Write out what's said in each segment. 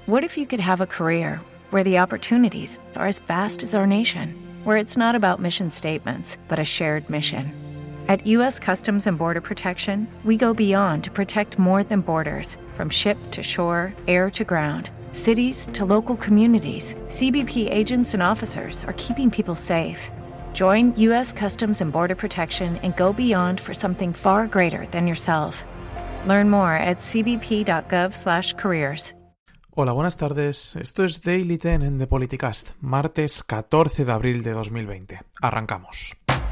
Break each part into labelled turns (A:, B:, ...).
A: What if you could have a career where the opportunities are as vast as our nation, where it's not about mission statements, but a shared mission? At U.S. Customs and Border Protection, we go beyond to protect more than borders, from ship to shore, air to ground, cities to local communities. CBP agents and officers are keeping people safe. Join U.S. Customs and Border Protection and go beyond for something far greater than yourself. Learn more at cbp.gov/careers.
B: Hola, buenas tardes. Esto es Daily 10 en The Politicast, martes 14 de abril de 2020. Arrancamos.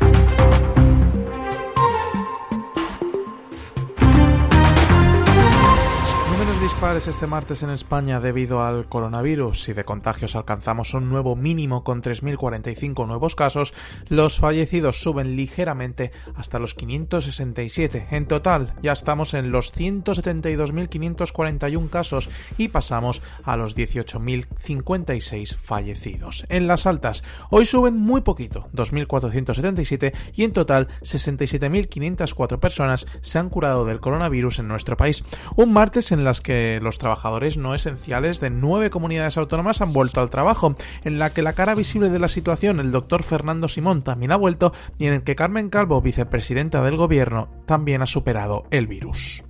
B: Números dispares este martes en España debido al coronavirus y de contagios alcanzamos un nuevo mínimo con 3.045 nuevos casos. Los fallecidos suben ligeramente hasta los 567. En total ya estamos en los 172.541 casos y pasamos a los 18.056 fallecidos. En las altas hoy suben muy poquito, 2.477, y en total 67.504 personas se han curado del coronavirus en nuestro país. Un martes en las que los trabajadores no esenciales de 9 comunidades autónomas han vuelto al trabajo, en la que la cara visible de la situación, el doctor Fernando Simón, también ha vuelto, y en el que Carmen Calvo, vicepresidenta del gobierno, también ha superado el virus.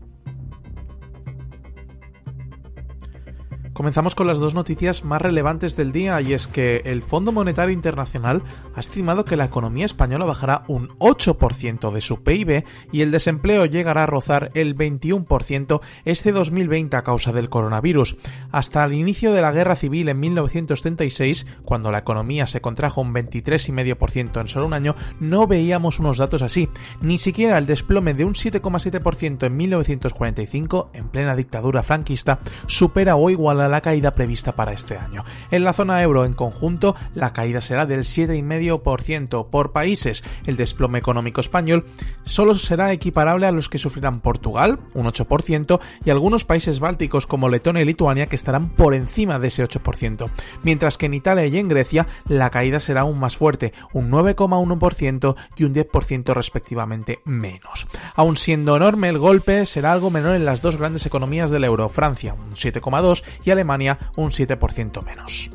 B: Comenzamos con las dos noticias más relevantes del día, y es que el Fondo Monetario Internacional ha estimado que la economía española bajará un 8% de su PIB y el desempleo llegará a rozar el 21% este 2020 a causa del coronavirus. Hasta el inicio de la Guerra Civil en 1936, cuando la economía se contrajo un 23,5% en solo un año, no veíamos unos datos así. Ni siquiera el desplome de un 7,7% en 1945, en plena dictadura franquista, supera o iguala la caída prevista para este año. En la zona euro en conjunto, la caída será del 7,5%. Por países, el desplome económico español solo será equiparable a los que sufrirán Portugal, un 8%, y algunos países bálticos como Letonia y Lituania, que estarán por encima de ese 8%, mientras que en Italia y en Grecia la caída será aún más fuerte, un 9,1% y un 10% respectivamente menos. Aun siendo enorme, el golpe será algo menor en las dos grandes economías del euro, Francia un 7,2% y Alemania un 7% menos.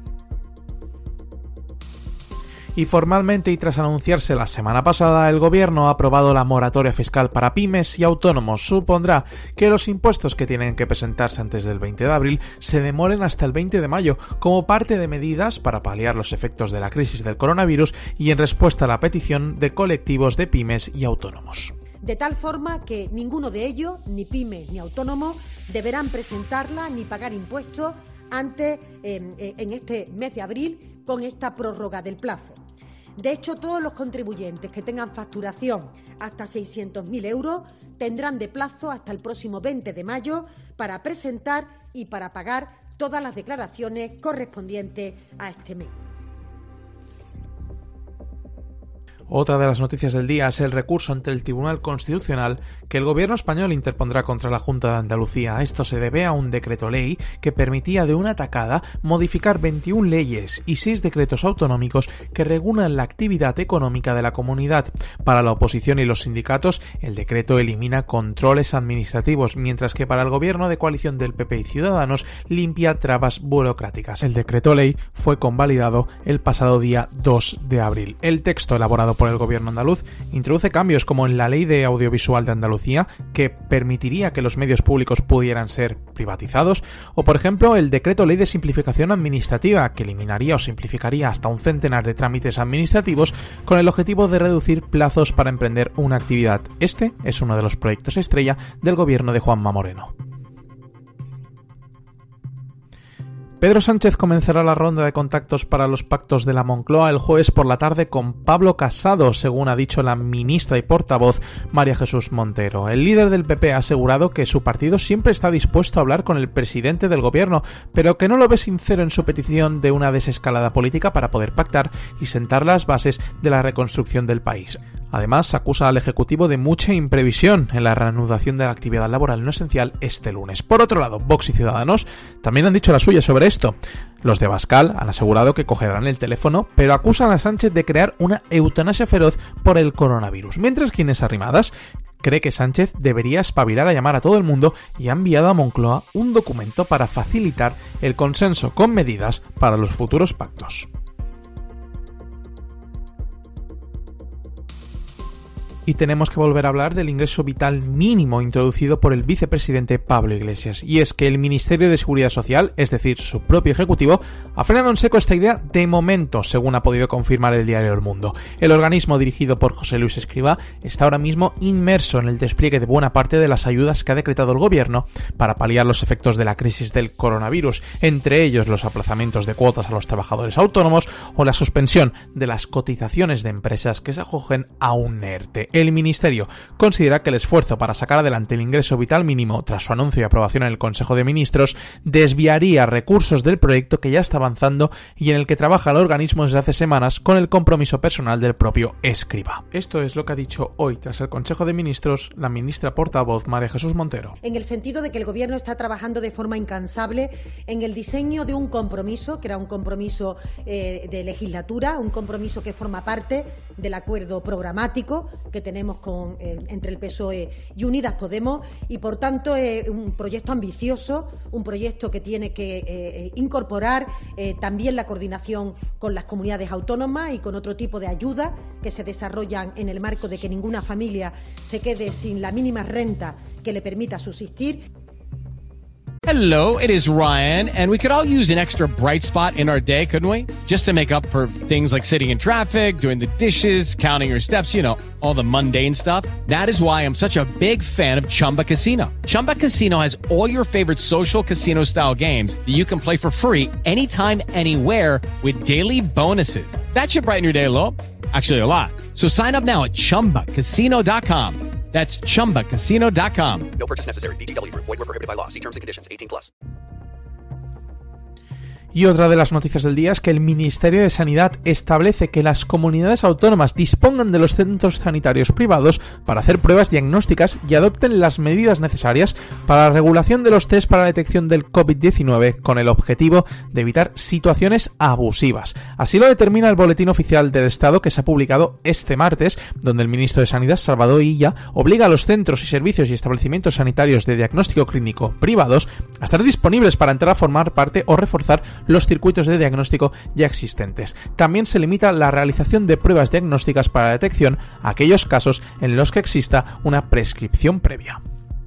B: Y formalmente, y tras anunciarse la semana pasada, el gobierno ha aprobado la moratoria fiscal para pymes y autónomos. Supondrá que los impuestos que tienen que presentarse antes del 20 de abril se demoren hasta el 20 de mayo, como parte de medidas para paliar los efectos de la crisis del coronavirus y en respuesta a la petición de colectivos de pymes y autónomos.
C: De tal forma que ninguno de ellos, ni pymes ni autónomos, deberán presentarla ni pagar impuestos antes en este mes de abril con esta prórroga del plazo. De hecho, todos los contribuyentes que tengan facturación hasta 600.000 euros tendrán de plazo hasta el próximo 20 de mayo para presentar y para pagar todas las declaraciones correspondientes a este mes.
B: Otra de las noticias del día es el recurso ante el Tribunal Constitucional que el gobierno español interpondrá contra la Junta de Andalucía. Esto se debe a un decreto ley que permitía de una tacada modificar 21 leyes y 6 decretos autonómicos que regulan la actividad económica de la comunidad. Para la oposición y los sindicatos, el decreto elimina controles administrativos, mientras que para el gobierno de coalición del PP y Ciudadanos limpia trabas burocráticas. El decreto ley fue convalidado el pasado día 2 de abril. El texto elaborado por el gobierno andaluz introduce cambios como en la ley de audiovisual de Andalucía, que permitiría que los medios públicos pudieran ser privatizados, o por ejemplo el decreto ley de simplificación administrativa, que eliminaría o simplificaría hasta un centenar de trámites administrativos con el objetivo de reducir plazos para emprender una actividad. Este es uno de los proyectos estrella del gobierno de Juanma Moreno. Pedro Sánchez comenzará la ronda de contactos para los pactos de la Moncloa el jueves por la tarde con Pablo Casado, según ha dicho la ministra y portavoz María Jesús Montero. El líder del PP ha asegurado que su partido siempre está dispuesto a hablar con el presidente del gobierno, pero que no lo ve sincero en su petición de una desescalada política para poder pactar y sentar las bases de la reconstrucción del país. Además, acusa al Ejecutivo de mucha imprevisión en la reanudación de la actividad laboral no esencial este lunes. Por otro lado, Vox y Ciudadanos también han dicho la suya sobre esto. Los de Abascal han asegurado que cogerán el teléfono, pero acusan a Sánchez de crear una eutanasia feroz por el coronavirus. Mientras que Inés Arrimadas cree que Sánchez debería espabilar a llamar a todo el mundo y ha enviado a Moncloa un documento para facilitar el consenso con medidas para los futuros pactos. Y tenemos que volver a hablar del ingreso vital mínimo introducido por el vicepresidente Pablo Iglesias. Y es que el Ministerio de Seguridad Social, es decir, su propio ejecutivo, ha frenado en seco esta idea de momento, según ha podido confirmar el diario El Mundo. El organismo dirigido por José Luis Escrivá está ahora mismo inmerso en el despliegue de buena parte de las ayudas que ha decretado el gobierno para paliar los efectos de la crisis del coronavirus, entre ellos los aplazamientos de cuotas a los trabajadores autónomos o la suspensión de las cotizaciones de empresas que se acogen a un ERTE. El Ministerio considera que el esfuerzo para sacar adelante el ingreso vital mínimo tras su anuncio y aprobación en el Consejo de Ministros desviaría recursos del proyecto que ya está avanzando y en el que trabaja el organismo desde hace semanas con el compromiso personal del propio Escrivá. Esto es lo que ha dicho hoy, tras el Consejo de Ministros, la ministra portavoz María Jesús Montero.
C: En el sentido de que el Gobierno está trabajando de forma incansable en el diseño de un compromiso, que era un compromiso de legislatura, un compromiso que forma parte del acuerdo programático que tenemos entre el PSOE y Unidas Podemos, y por tanto es un proyecto ambicioso, un proyecto que tiene que incorporar también la coordinación con las comunidades autónomas y con otro tipo de ayudas que se desarrollan en el marco de que ninguna familia se quede sin la mínima renta que le permita subsistir.
D: Hello, it is Ryan, and we could all use an extra bright spot in our day, couldn't we? Just to make up for things like sitting in traffic, doing the dishes, counting your steps, you know, all the mundane stuff. That is why I'm such a big fan of Chumba Casino. Chumba Casino has all your favorite social casino-style games that you can play for free anytime, anywhere with daily bonuses. That should brighten your day a little. Actually, a lot. So sign up now at ChumbaCasino.com. That's ChumbaCasino.com.
E: No purchase necessary. VGW Group. Void where prohibited by law. See terms and conditions. 18+.
B: Y otra de las noticias del día es que el Ministerio de Sanidad establece que las comunidades autónomas dispongan de los centros sanitarios privados para hacer pruebas diagnósticas y adopten las medidas necesarias para la regulación de los test para la detección del COVID-19 con el objetivo de evitar situaciones abusivas. Así lo determina el Boletín Oficial del Estado que se ha publicado este martes, donde el ministro de Sanidad, Salvador Illa, obliga a los centros y servicios y establecimientos sanitarios de diagnóstico clínico privados a estar disponibles para entrar a formar parte o reforzar los circuitos de diagnóstico ya existentes. También se limita la realización de pruebas diagnósticas para la detección a aquellos casos en los que exista una prescripción previa.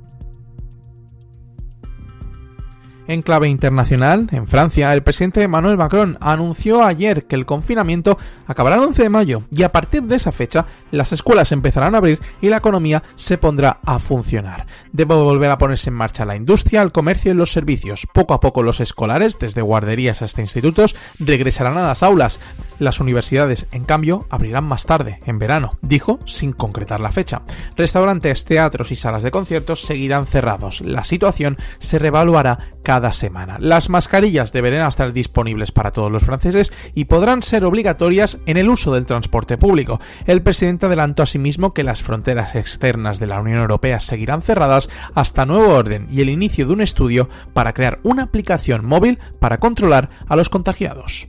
B: En clave internacional, en Francia, el presidente Emmanuel Macron anunció ayer que el confinamiento acabará el 11 de mayo y a partir de esa fecha las escuelas empezarán a abrir y la economía se pondrá a funcionar. Debe volver a ponerse en marcha la industria, el comercio y los servicios. Poco a poco los escolares, desde guarderías hasta institutos, regresarán a las aulas. Las universidades, en cambio, abrirán más tarde, en verano, dijo sin concretar la fecha. Restaurantes, teatros y salas de conciertos seguirán cerrados. La situación se reevaluará cada semana. Las mascarillas deberán estar disponibles para todos los franceses y podrán ser obligatorias en el uso del transporte público. El presidente adelantó asimismo que las fronteras externas de la Unión Europea seguirán cerradas hasta nuevo orden y el inicio de un estudio para crear una aplicación móvil para controlar a los contagiados.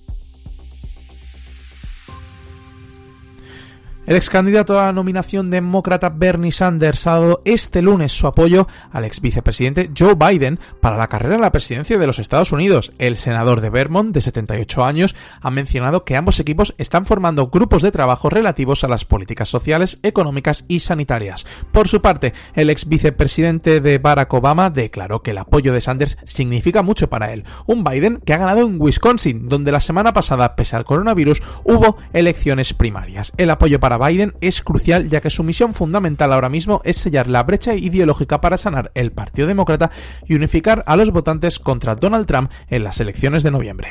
B: El ex candidato a la nominación demócrata Bernie Sanders ha dado este lunes su apoyo al ex vicepresidente Joe Biden para la carrera a la presidencia de los Estados Unidos. El senador de Vermont, de 78 años, ha mencionado que ambos equipos están formando grupos de trabajo relativos a las políticas sociales, económicas y sanitarias. Por su parte, el ex vicepresidente de Barack Obama declaró que el apoyo de Sanders significa mucho para él. Un Biden que ha ganado en Wisconsin, donde la semana pasada, pese al coronavirus, hubo elecciones primarias. El apoyo para Biden es crucial, ya que su misión fundamental ahora mismo es sellar la brecha ideológica para sanar el Partido Demócrata y unificar a los votantes contra Donald Trump en las elecciones de noviembre.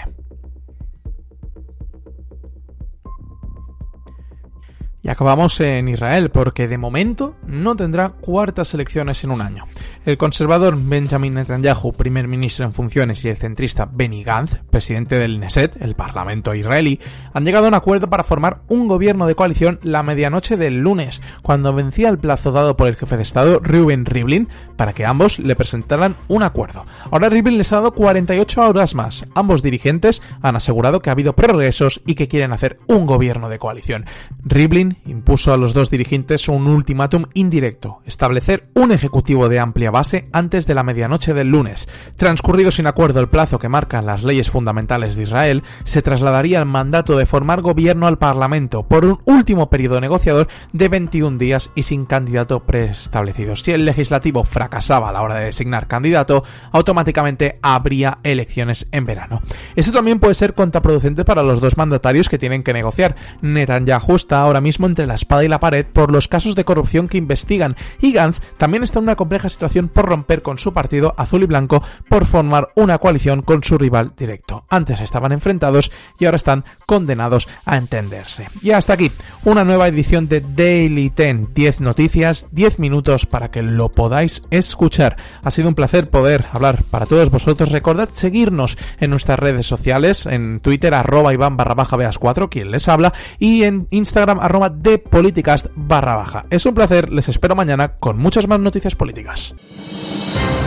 B: Y acabamos en Israel, porque de momento no tendrá cuartas elecciones en un año. El conservador Benjamin Netanyahu, primer ministro en funciones, y el centrista Benny Gantz, presidente del Knesset, el parlamento israelí, han llegado a un acuerdo para formar un gobierno de coalición la medianoche del lunes, cuando vencía el plazo dado por el jefe de Estado Reuven Rivlin para que ambos le presentaran un acuerdo. Ahora Rivlin les ha dado 48 horas más. Ambos dirigentes han asegurado que ha habido progresos y que quieren hacer un gobierno de coalición. Rivlin impuso a los dos dirigentes un ultimátum indirecto: establecer un ejecutivo de amplia base antes de la medianoche del lunes. Transcurrido sin acuerdo el plazo que marcan las leyes fundamentales de Israel, se trasladaría el mandato de formar gobierno al Parlamento por un último periodo negociador de 21 días y sin candidato preestablecido. Si el legislativo fracasaba a la hora de designar candidato, automáticamente habría elecciones en verano. Esto también puede ser contraproducente para los dos mandatarios que tienen que negociar. Netanyahu está ahora mismo entre la espada y la pared por los casos de corrupción que investigan, y Gantz también está en una compleja situación por romper con su partido azul y blanco por formar una coalición con su rival directo. Antes estaban enfrentados y ahora están condenados a entenderse. Y hasta aquí una nueva edición de Daily 10, 10 noticias, 10 minutos para que lo podáis escuchar. Ha sido un placer poder hablar para todos vosotros. Recordad seguirnos en nuestras redes sociales, en Twitter @Iván_Beas4, quien les habla, y en Instagram @ThePoliticast_. Es un placer, les espero mañana con muchas más noticias políticas.